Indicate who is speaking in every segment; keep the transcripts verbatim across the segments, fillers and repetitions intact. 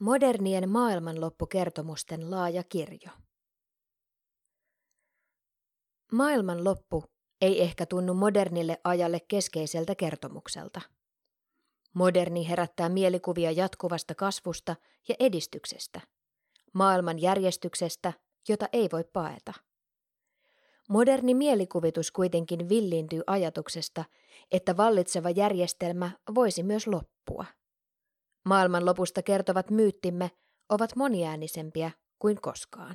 Speaker 1: Modernien maailmanloppukertomusten laaja kirjo. Maailmanloppu ei ehkä tunnu modernille ajalle keskeiseltä kertomukselta. Moderni herättää mielikuvia jatkuvasta kasvusta ja edistyksestä, maailman järjestyksestä, jota ei voi paeta. Moderni mielikuvitus kuitenkin villiintyy ajatuksesta, että vallitseva järjestelmä voisi myös loppua. Maailmanlopusta kertovat myyttimme ovat moniäänisempiä kuin koskaan.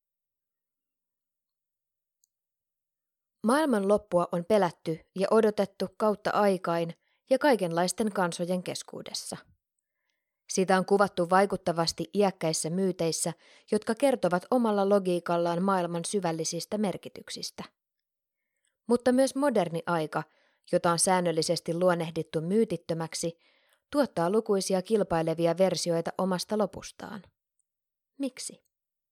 Speaker 1: Maailmanloppua on pelätty ja odotettu kautta aikain ja kaikenlaisten kansojen keskuudessa. Sitä on kuvattu vaikuttavasti iäkkäissä myyteissä, jotka kertovat omalla logiikallaan maailman syvällisistä merkityksistä. Mutta myös moderni aika, jota on säännöllisesti luonnehdittu myytittömäksi, tuottaa lukuisia kilpailevia versioita omasta lopustaan. Miksi?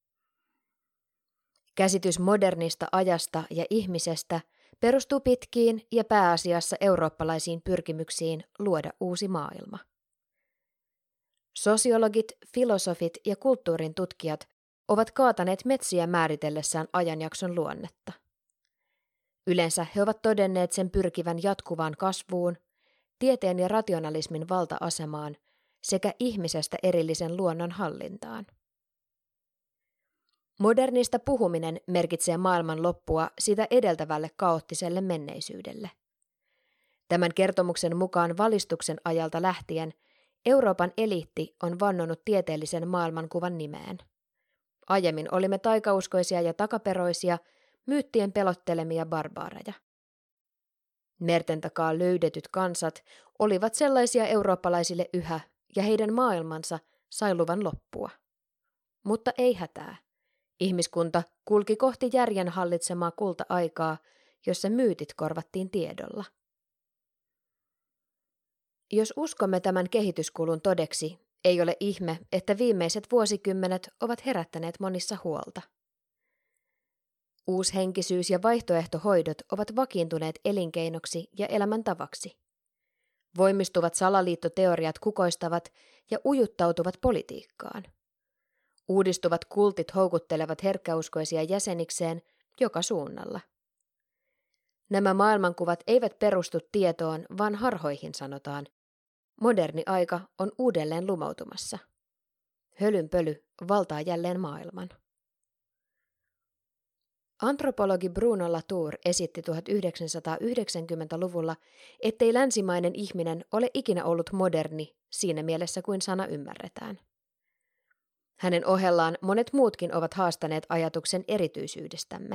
Speaker 1: Käsitys modernista ajasta ja ihmisestä perustuu pitkiin ja pääasiassa eurooppalaisiin pyrkimyksiin luoda uusi maailma. Sosiologit, filosofit ja kulttuurin tutkijat ovat kaataneet metsiä määritellessään ajanjakson luonnetta. Yleensä he ovat todenneet sen pyrkivän jatkuvaan kasvuun, tieteen ja rationalismin valta-asemaan sekä ihmisestä erillisen luonnon hallintaan. Modernista puhuminen merkitsee maailman loppua sitä edeltävälle kaoottiselle menneisyydelle. Tämän kertomuksen mukaan valistuksen ajalta lähtien Euroopan eliitti on vannonut tieteellisen maailmankuvan nimeen. Aiemmin olimme taikauskoisia ja takaperoisia, myyttien pelottelemia barbaareja. Merten takaa löydetyt kansat olivat sellaisia eurooppalaisille yhä, ja heidän maailmansa sai luvan loppua. Mutta ei hätää. Ihmiskunta kulki kohti järjen hallitsemaa kulta-aikaa, jossa myytit korvattiin tiedolla. Jos uskomme tämän kehityskulun todeksi, ei ole ihme, että viimeiset vuosikymmenet ovat herättäneet monissa huolta. Uushenkisyys ja vaihtoehtohoidot ovat vakiintuneet elinkeinoksi ja elämäntavaksi. Voimistuvat salaliittoteoriat kukoistavat ja ujuttautuvat politiikkaan. Uudistuvat kultit houkuttelevat herkkäuskoisia jäsenikseen joka suunnalla. Nämä maailmankuvat eivät perustu tietoon, vaan harhoihin sanotaan. Moderni aika on uudelleen lumoutumassa. Hölynpöly valtaa jälleen maailman. Antropologi Bruno Latour esitti tuhatyhdeksänsataayhdeksänkymmentäluvulla, ettei länsimainen ihminen ole ikinä ollut moderni siinä mielessä kuin sana ymmärretään. Hänen ohellaan monet muutkin ovat haastaneet ajatuksen erityisyydestämme.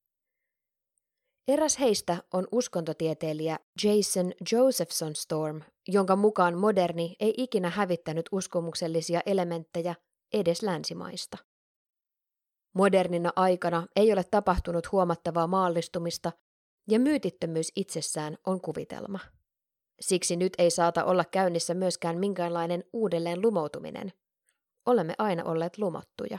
Speaker 1: Eräs heistä on uskontotieteilijä Jason Josephson Storm, jonka mukaan moderni ei ikinä hävittänyt uskomuksellisia elementtejä edes länsimaista. Modernina aikana ei ole tapahtunut huomattavaa maallistumista ja myytittömyys itsessään on kuvitelma. Siksi nyt ei saata olla käynnissä myöskään minkäänlainen uudelleen lumoutuminen. Olemme aina olleet lumottuja.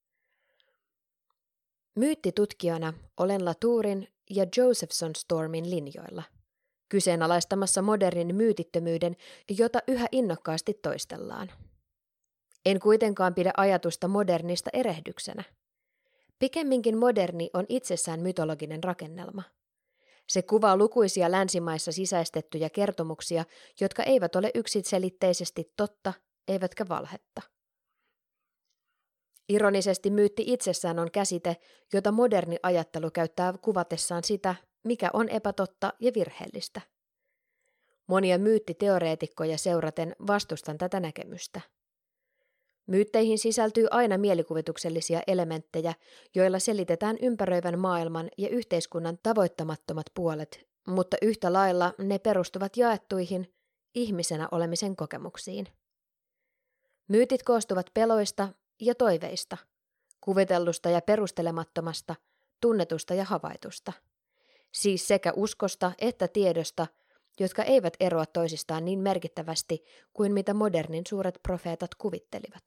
Speaker 1: Myyttitutkijana olen Latourin ja Josephson Stormin linjoilla, kyseenalaistamassa modernin myytittömyyden, jota yhä innokkaasti toistellaan. En kuitenkaan pidä ajatusta modernista erehdyksenä. Pikemminkin moderni on itsessään mytologinen rakennelma. Se kuvaa lukuisia länsimaissa sisäistettyjä kertomuksia, jotka eivät ole yksiselitteisesti totta, eivätkä valhetta. Ironisesti myytti itsessään on käsite, jota moderni ajattelu käyttää kuvatessaan sitä, mikä on epätotta ja virheellistä. Monia myyttiteoreetikkoja seuraten vastustan tätä näkemystä. Myytteihin sisältyy aina mielikuvituksellisia elementtejä, joilla selitetään ympäröivän maailman ja yhteiskunnan tavoittamattomat puolet, mutta yhtä lailla ne perustuvat jaettuihin, ihmisenä olemisen kokemuksiin. Myytit koostuvat peloista ja toiveista, kuvitellusta ja perustelemattomasta, tunnetusta ja havaitusta. Siis sekä uskosta että tiedosta, jotka eivät eroa toisistaan niin merkittävästi kuin mitä modernin suuret profeetat kuvittelivat.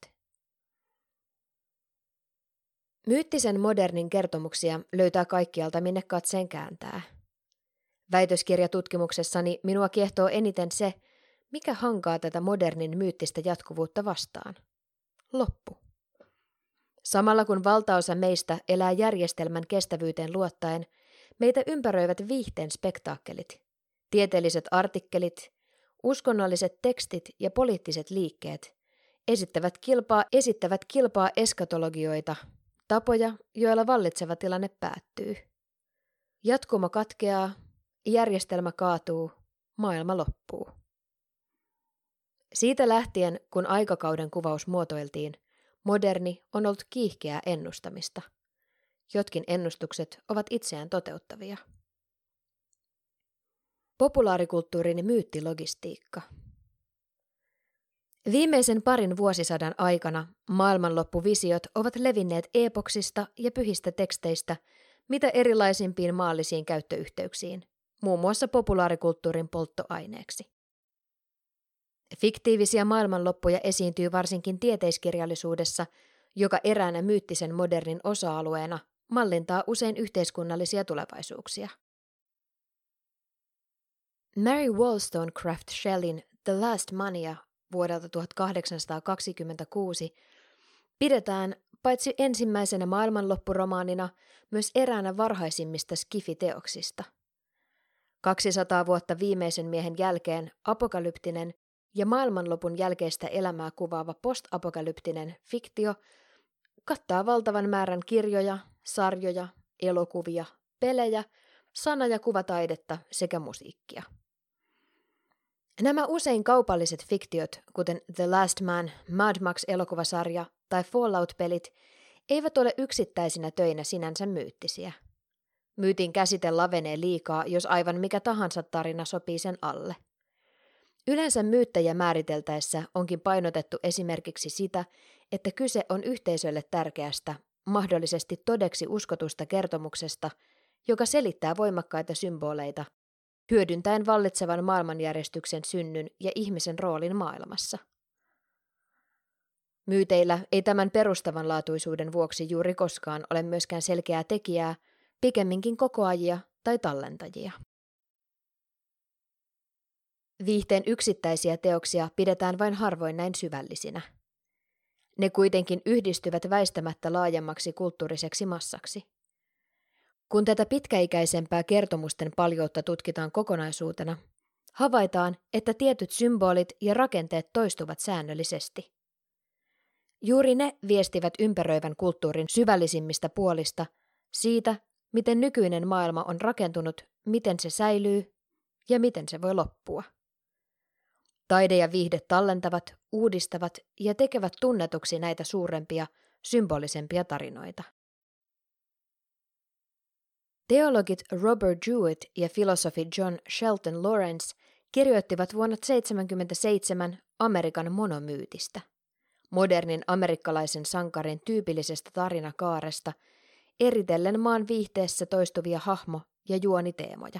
Speaker 1: Myyttisen modernin kertomuksia löytää kaikkialta, minne katseen kääntää. Väitöskirjatutkimuksessani minua kiehtoo eniten se, mikä hankaa tätä modernin myyttistä jatkuvuutta vastaan. loppu. Samalla kun valtaosa meistä elää järjestelmän kestävyyteen luottaen, meitä ympäröivät viihteen spektaakkelit, tieteelliset artikkelit, uskonnolliset tekstit ja poliittiset liikkeet esittävät kilpaa, esittävät kilpaa eskatologioita, tapoja, joilla vallitseva tilanne päättyy. Jatkumo katkeaa, järjestelmä kaatuu, maailma loppuu. Siitä lähtien, kun aikakauden kuvaus muotoiltiin, moderni on ollut kiihkeää ennustamista. Jotkin ennustukset ovat itseään toteuttavia. Populaarikulttuurin myyttilogistiikka. Viimeisen parin vuosisadan aikana maailmanloppuvisiot ovat levinneet epoksista ja pyhistä teksteistä mitä erilaisimpiin maallisiin käyttöyhteyksiin, muun muassa populaarikulttuurin polttoaineeksi. Fiktiivisiä maailmanloppuja esiintyy varsinkin tieteiskirjallisuudessa, joka eräänä myyttisen modernin osa-alueena mallintaa usein yhteiskunnallisia tulevaisuuksia. Mary Wollstonecraft Shelleyn The Last Mania vuodelta tuhatkahdeksansataakaksikymmentäkuusi pidetään paitsi ensimmäisenä maailmanloppuromaanina myös eräänä varhaisimmista skifiteoksista. kaksisataa vuotta viimeisen miehen jälkeen apokalyptinen ja maailmanlopun jälkeistä elämää kuvaava postapokalyptinen fiktio kattaa valtavan määrän kirjoja, sarjoja, elokuvia, pelejä, sana- ja kuvataidetta sekä musiikkia. Nämä usein kaupalliset fiktiot, kuten The Last Man, Mad Max-elokuvasarja tai Fallout-pelit, eivät ole yksittäisinä töinä sinänsä myyttisiä. Myytin käsite lavenee liikaa, jos aivan mikä tahansa tarina sopii sen alle. Yleensä myyttejä määriteltäessä onkin painotettu esimerkiksi sitä, että kyse on yhteisölle tärkeästä, mahdollisesti todeksi uskotusta kertomuksesta, joka selittää voimakkaita symboleita, hyödyntäen vallitsevan maailmanjärjestyksen synnyn ja ihmisen roolin maailmassa. Myyteillä ei tämän perustavanlaatuisuuden vuoksi juuri koskaan ole myöskään selkeää tekijää, pikemminkin kokoajia tai tallentajia. Viihteen yksittäisiä teoksia pidetään vain harvoin näin syvällisinä. Ne kuitenkin yhdistyvät väistämättä laajemmaksi kulttuuriseksi massaksi. Kun tätä pitkäikäisempää kertomusten paljoutta tutkitaan kokonaisuutena, havaitaan, että tietyt symbolit ja rakenteet toistuvat säännöllisesti. Juuri ne viestivät ympäröivän kulttuurin syvällisimmistä puolista, siitä, miten nykyinen maailma on rakentunut, miten se säilyy ja miten se voi loppua. Taide ja viihde tallentavat, uudistavat ja tekevät tunnetuksi näitä suurempia, symbolisempia tarinoita. Teologit Robert Jewett ja filosofi John Shelton Lawrence kirjoittivat vuonna tuhatyhdeksänsataaseitsemänkymmentäseitsemän Amerikan monomyytistä, modernin amerikkalaisen sankarin tyypillisestä tarinakaaresta, eritellen maan viihteessä toistuvia hahmo- ja juoniteemoja.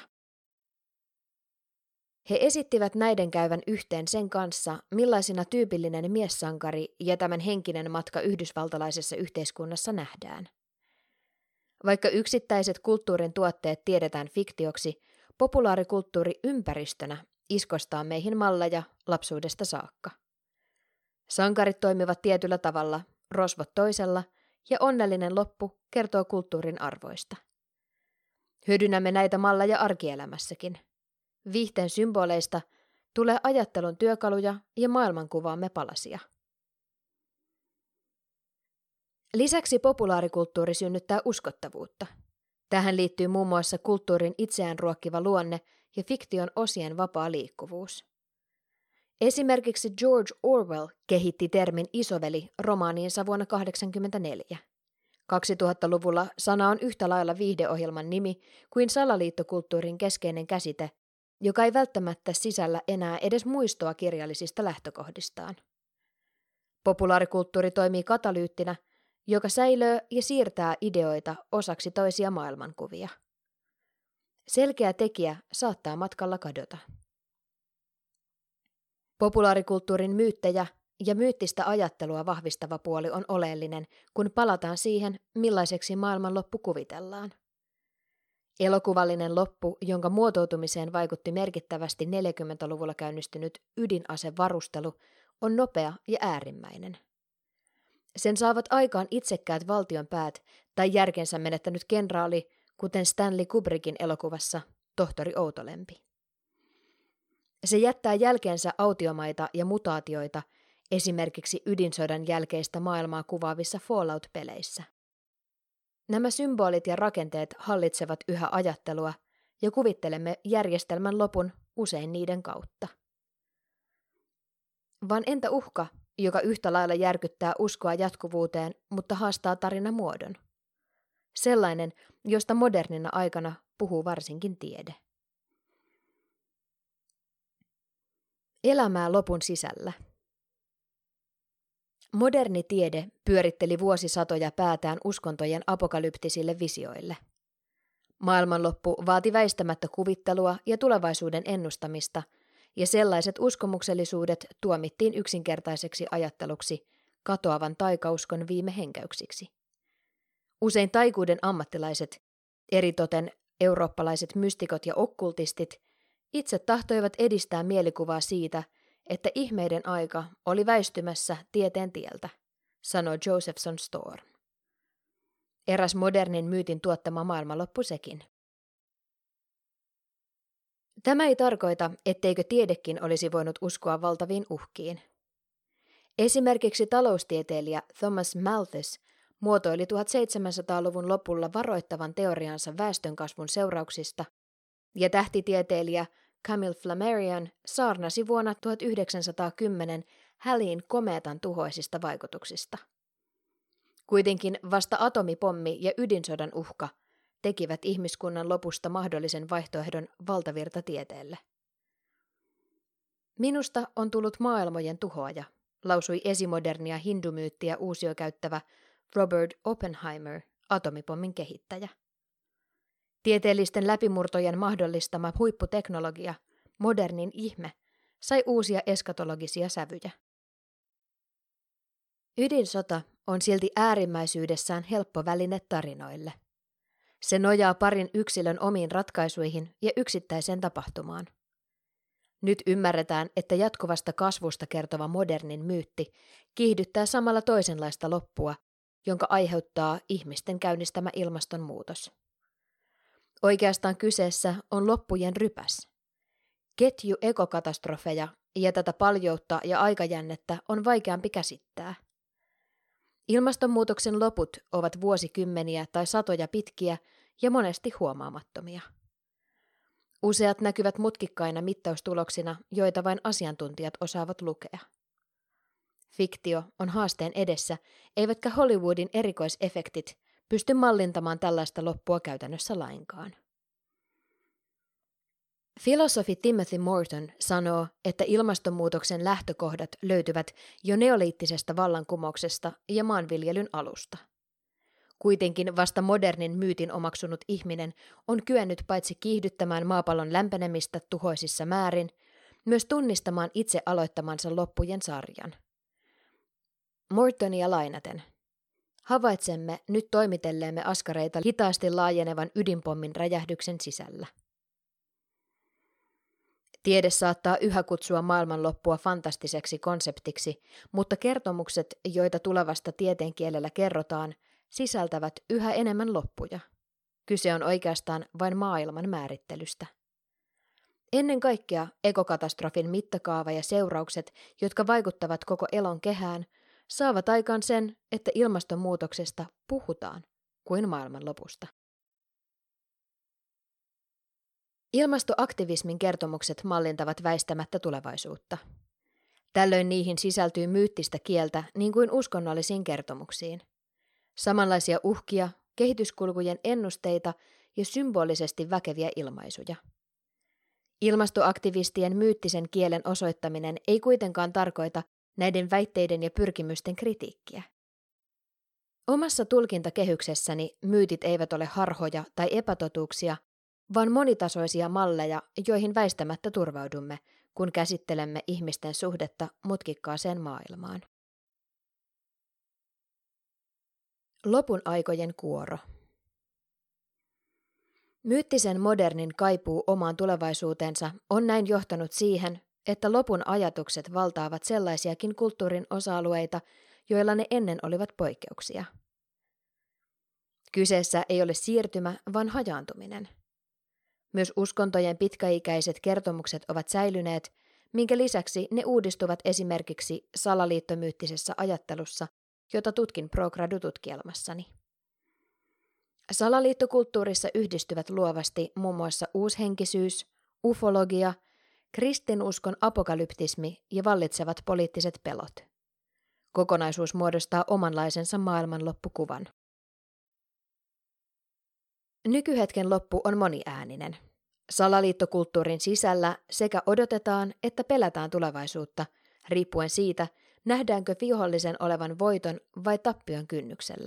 Speaker 1: He esittivät näiden käyvän yhteen sen kanssa, millaisina tyypillinen miessankari ja tämän henkinen matka yhdysvaltalaisessa yhteiskunnassa nähdään. Vaikka yksittäiset kulttuurin tuotteet tiedetään fiktioksi, populaarikulttuuri ympäristönä iskostaa meihin malleja lapsuudesta saakka. Sankarit toimivat tietyllä tavalla, rosvot toisella, ja onnellinen loppu kertoo kulttuurin arvoista. Hyödynnämme näitä malleja arkielämässäkin. Viihteen symboleista tulee ajattelun työkaluja ja maailmankuvaamme palasia. Lisäksi populaarikulttuuri synnyttää uskottavuutta. Tähän liittyy muun muassa kulttuurin itseään ruokkiva luonne ja fiktion osien vapaa liikkuvuus. Esimerkiksi George Orwell kehitti termin isoveli romaaniinsa vuonna tuhatyhdeksänsataakahdeksankymmentäneljä. kaksituhattaluvulla sana on yhtä lailla viihdeohjelman nimi kuin salaliittokulttuurin keskeinen käsite, joka ei välttämättä sisällä enää edes muistoa kirjallisista lähtökohdistaan. Populaarikulttuuri toimii katalyyttinä, joka säilöö ja siirtää ideoita osaksi toisia maailmankuvia. Selkeä tekijä saattaa matkalla kadota. Populaarikulttuurin myyttejä ja myyttistä ajattelua vahvistava puoli on oleellinen, kun palataan siihen, millaiseksi maailmanloppu kuvitellaan. Elokuvallinen loppu, jonka muotoutumiseen vaikutti merkittävästi neljäkymmentäluvulla käynnistynyt ydinasevarustelu, on nopea ja äärimmäinen. Sen saavat aikaan itsekkäät valtionpäät tai järkensä menettänyt kenraali, kuten Stanley Kubrickin elokuvassa Tohtori Outolempi. Se jättää jälkeensä autiomaita ja mutaatioita, esimerkiksi ydinsodan jälkeistä maailmaa kuvaavissa Fallout-peleissä. Nämä symbolit ja rakenteet hallitsevat yhä ajattelua ja kuvittelemme järjestelmän lopun usein niiden kautta. Vaan entä uhka, joka yhtä lailla järkyttää uskoa jatkuvuuteen, mutta haastaa tarinan muodon? Sellainen, josta modernina aikana puhuu varsinkin tiede. Elämää lopun sisällä. Moderni tiede pyöritteli vuosisatoja päätään uskontojen apokalyptisille visioille. Maailmanloppu vaati väistämättä kuvittelua ja tulevaisuuden ennustamista, ja sellaiset uskomuksellisuudet tuomittiin yksinkertaiseksi ajatteluksi, katoavan taikauskon viime henkäyksiksi. Usein taikuuden ammattilaiset, eritoten eurooppalaiset mystikot ja okkultistit, itse tahtoivat edistää mielikuvaa siitä, että ihmeiden aika oli väistymässä tieteen tieltä, sanoi Josephson Storm. Eräs modernin myytin tuottama maailmanloppu sekin. Tämä ei tarkoita, etteikö tiedekin olisi voinut uskoa valtaviin uhkiin. Esimerkiksi taloustieteilijä Thomas Malthus muotoili tuhatseitsemänsataaluvun lopulla varoittavan teoriansa väestönkasvun seurauksista, ja tähtitieteilijä Camille Flammarion saarnasi vuonna tuhatyhdeksänsataakymmenen Halley'n komeetan tuhoisista vaikutuksista. Kuitenkin vasta atomipommi ja ydinsodan uhka tekivät ihmiskunnan lopusta mahdollisen vaihtoehdon valtavirtatieteelle. Minusta on tullut maailmojen tuhoaja, lausui esimodernia hindumyyttiä uusiokäyttävä Robert Oppenheimer, atomipommin kehittäjä. Tieteellisten läpimurtojen mahdollistama huipputeknologia, modernin ihme, sai uusia eskatologisia sävyjä. Ydinsota on silti äärimmäisyydessään helppo väline tarinoille. Se nojaa parin yksilön omiin ratkaisuihin ja yksittäiseen tapahtumaan. Nyt ymmärretään, että jatkuvasta kasvusta kertova modernin myytti kiihdyttää samalla toisenlaista loppua, jonka aiheuttaa ihmisten käynnistämä ilmastonmuutos. Oikeastaan kyseessä on loppujen rypäs. Ketju ekokatastrofeja ja tätä paljoutta ja aikajännettä on vaikeampi käsittää. Ilmastonmuutoksen loput ovat vuosikymmeniä tai satoja pitkiä ja monesti huomaamattomia. Useat näkyvät mutkikkaina mittaustuloksina, joita vain asiantuntijat osaavat lukea. Fiktio on haasteen edessä, eivätkä Hollywoodin erikoisefektit pysty mallintamaan tällaista loppua käytännössä lainkaan. Filosofi Timothy Morton sanoo, että ilmastonmuutoksen lähtökohdat löytyvät jo neoliittisesta vallankumouksesta ja maanviljelyn alusta. Kuitenkin vasta modernin myytin omaksunut ihminen on kyennyt paitsi kiihdyttämään maapallon lämpenemistä tuhoisissa määrin, myös tunnistamaan itse aloittamansa loppujen sarjan. Mortonia lainaten. Havaitsemme nyt toimitelleemme askareita hitaasti laajenevan ydinpommin räjähdyksen sisällä. Tiede saattaa yhä kutsua maailmanloppua fantastiseksi konseptiksi, mutta kertomukset, joita tulevasta tieteen kielellä kerrotaan, sisältävät yhä enemmän loppuja. Kyse on oikeastaan vain maailman määrittelystä. Ennen kaikkea ekokatastrofin mittakaava ja seuraukset, jotka vaikuttavat koko elon kehään, saavat aikaan sen, että ilmastonmuutoksesta puhutaan kuin maailmanlopusta. Ilmastoaktivismin kertomukset mallintavat väistämättä tulevaisuutta. Tällöin niihin sisältyy myyttistä kieltä niin kuin uskonnollisiin kertomuksiin. Samanlaisia uhkia, kehityskulkujen ennusteita ja symbolisesti väkeviä ilmaisuja. Ilmastoaktivistien myyttisen kielen osoittaminen ei kuitenkaan tarkoita näiden väitteiden ja pyrkimysten kritiikkiä. Omassa tulkintakehyksessäni myytit eivät ole harhoja tai epätotuuksia, vaan monitasoisia malleja, joihin väistämättä turvaudumme, kun käsittelemme ihmisten suhdetta mutkikkaaseen maailmaan. Lopun aikojen kuoro. Myyttisen modernin kaipuu omaan tulevaisuutensa on näin johtanut siihen, että lopun ajatukset valtaavat sellaisiakin kulttuurin osa-alueita, joilla ne ennen olivat poikkeuksia. Kyseessä ei ole siirtymä, vaan hajaantuminen. Myös uskontojen pitkäikäiset kertomukset ovat säilyneet, minkä lisäksi ne uudistuvat esimerkiksi salaliittomyyttisessä ajattelussa, jota tutkin pro gradu-tutkielmassani. Salaliittokulttuurissa yhdistyvät luovasti muun muassa uushenkisyys, ufologia, kristinuskon apokalyptismi ja vallitsevat poliittiset pelot. Kokonaisuus muodostaa omanlaisensa maailmanloppukuvan. Nykyhetken loppu on moniääninen. Salaliittokulttuurin sisällä sekä odotetaan että pelätään tulevaisuutta, riippuen siitä, nähdäänkö vihollisen olevan voiton vai tappion kynnyksellä.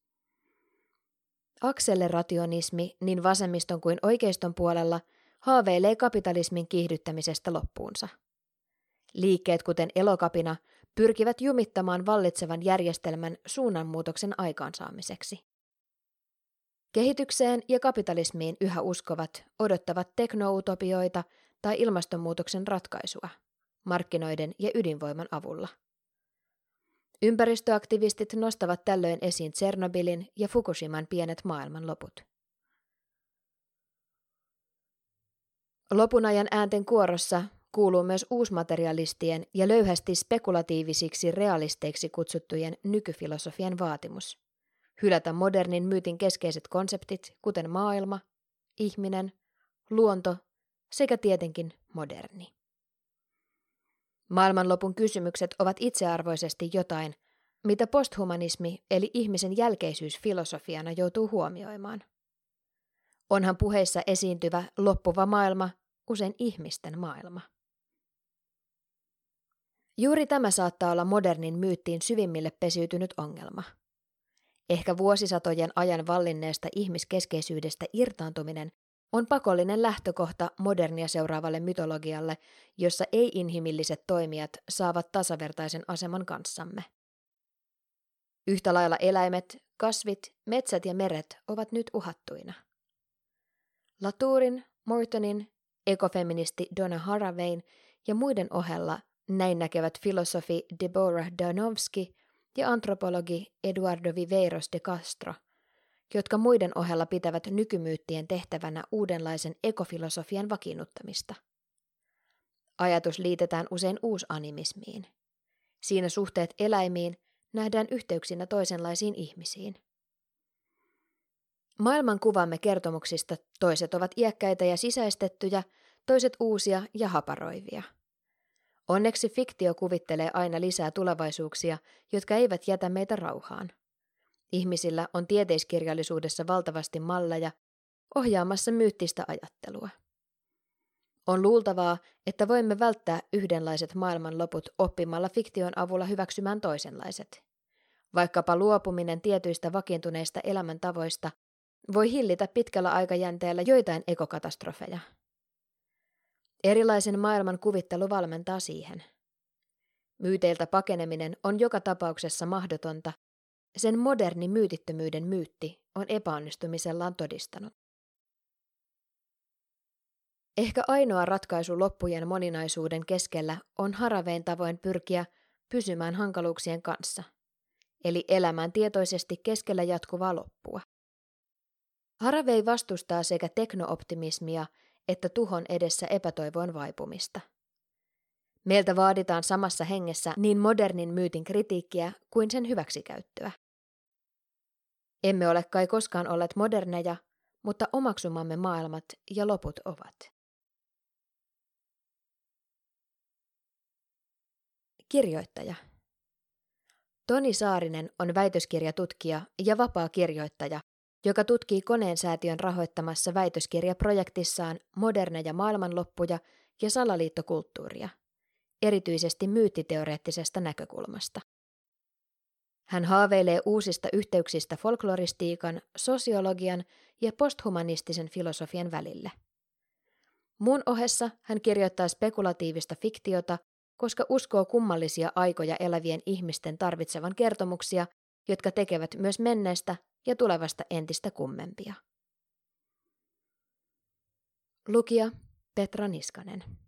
Speaker 1: Akselerationismi niin vasemmiston kuin oikeiston puolella haaveilee kapitalismin kiihdyttämisestä loppuunsa. Liikkeet kuten Elokapina pyrkivät jumittamaan vallitsevan järjestelmän suunnanmuutoksen aikaansaamiseksi. Kehitykseen ja kapitalismiin yhä uskovat odottavat teknoutopioita tai ilmastonmuutoksen ratkaisua, markkinoiden ja ydinvoiman avulla. Ympäristöaktivistit nostavat tällöin esiin Tsernobylin ja Fukushiman pienet maailmanloput. Lopunajan äänten kuorossa kuuluu myös uusmaterialistien ja löyhästi spekulatiivisiksi realisteiksi kutsuttujen nykyfilosofian vaatimus. Hylätä modernin myytin keskeiset konseptit, kuten maailma, ihminen, luonto sekä tietenkin moderni. Maailmanlopun kysymykset ovat itsearvoisesti jotain, mitä posthumanismi eli ihmisen jälkeisyys filosofiana joutuu huomioimaan. Onhan puheissa esiintyvä loppuva maailma usein ihmisten maailma. Juuri tämä saattaa olla modernin myyttiin syvimmille pesiytynyt ongelma. Ehkä vuosisatojen ajan vallinneesta ihmiskeskeisyydestä irtaantuminen on pakollinen lähtökohta modernia seuraavalle mytologialle, jossa ei-inhimilliset toimijat saavat tasavertaisen aseman kanssamme. Yhtä lailla eläimet, kasvit, metsät ja meret ovat nyt uhattuina. Latourin, Mortonin, ekofeministi Donna Haravein ja muiden ohella näin näkevät filosofi Deborah Danovski ja antropologi Eduardo Viveiros de Castro, jotka muiden ohella pitävät nykymyyttien tehtävänä uudenlaisen ekofilosofian vakiinnuttamista. Ajatus liitetään usein uusanimismiin. Siinä suhteet eläimiin nähdään yhteyksinä toisenlaisiin ihmisiin. Maailmankuvamme kertomuksista toiset ovat iäkkäitä ja sisäistettyjä, toiset uusia ja haparoivia. Onneksi fiktio kuvittelee aina lisää tulevaisuuksia, jotka eivät jätä meitä rauhaan. Ihmisillä on tieteiskirjallisuudessa valtavasti malleja ohjaamassa myyttistä ajattelua. On luultavaa, että voimme välttää yhdenlaiset maailmanloput oppimalla fiktion avulla hyväksymään toisenlaiset. Vaikkapa luopuminen tietyistä vakiintuneista elämäntavoista voi hillitä pitkällä aikajänteellä joitain ekokatastrofeja. Erilaisen maailman kuvittelu valmentaa siihen. Myyteiltä pakeneminen on joka tapauksessa mahdotonta, sen moderni myytittömyyden myytti on epäonnistumisellaan todistanut. Ehkä ainoa ratkaisu loppujen moninaisuuden keskellä on Haravein tavoin pyrkiä pysymään hankaluuksien kanssa, eli elämään tietoisesti keskellä jatkuvaa loppua. Haravei vastustaa sekä teknooptimismia että tuhon edessä epätoivoon vaipumista. Meiltä vaaditaan samassa hengessä niin modernin myytin kritiikkiä kuin sen hyväksikäyttöä. Emme ole kai koskaan olleet moderneja, mutta omaksumamme maailmat ja loput ovat. Kirjoittaja. Toni Saarinen on väitöskirjatutkija ja vapaa kirjoittaja, joka tutkii Koneen säätiön rahoittamassa väitöskirjaprojektissaan moderneja maailmanloppuja ja salaliittokulttuuria, erityisesti myyttiteoreettisesta näkökulmasta. Hän haaveilee uusista yhteyksistä folkloristiikan, sosiologian ja posthumanistisen filosofian välille. Muun ohessa hän kirjoittaa spekulatiivista fiktiota, koska uskoo kummallisia aikoja elävien ihmisten tarvitsevan kertomuksia, jotka tekevät myös menneestä ja tulevasta entistä kummempia. Lukija Petra Niskanen.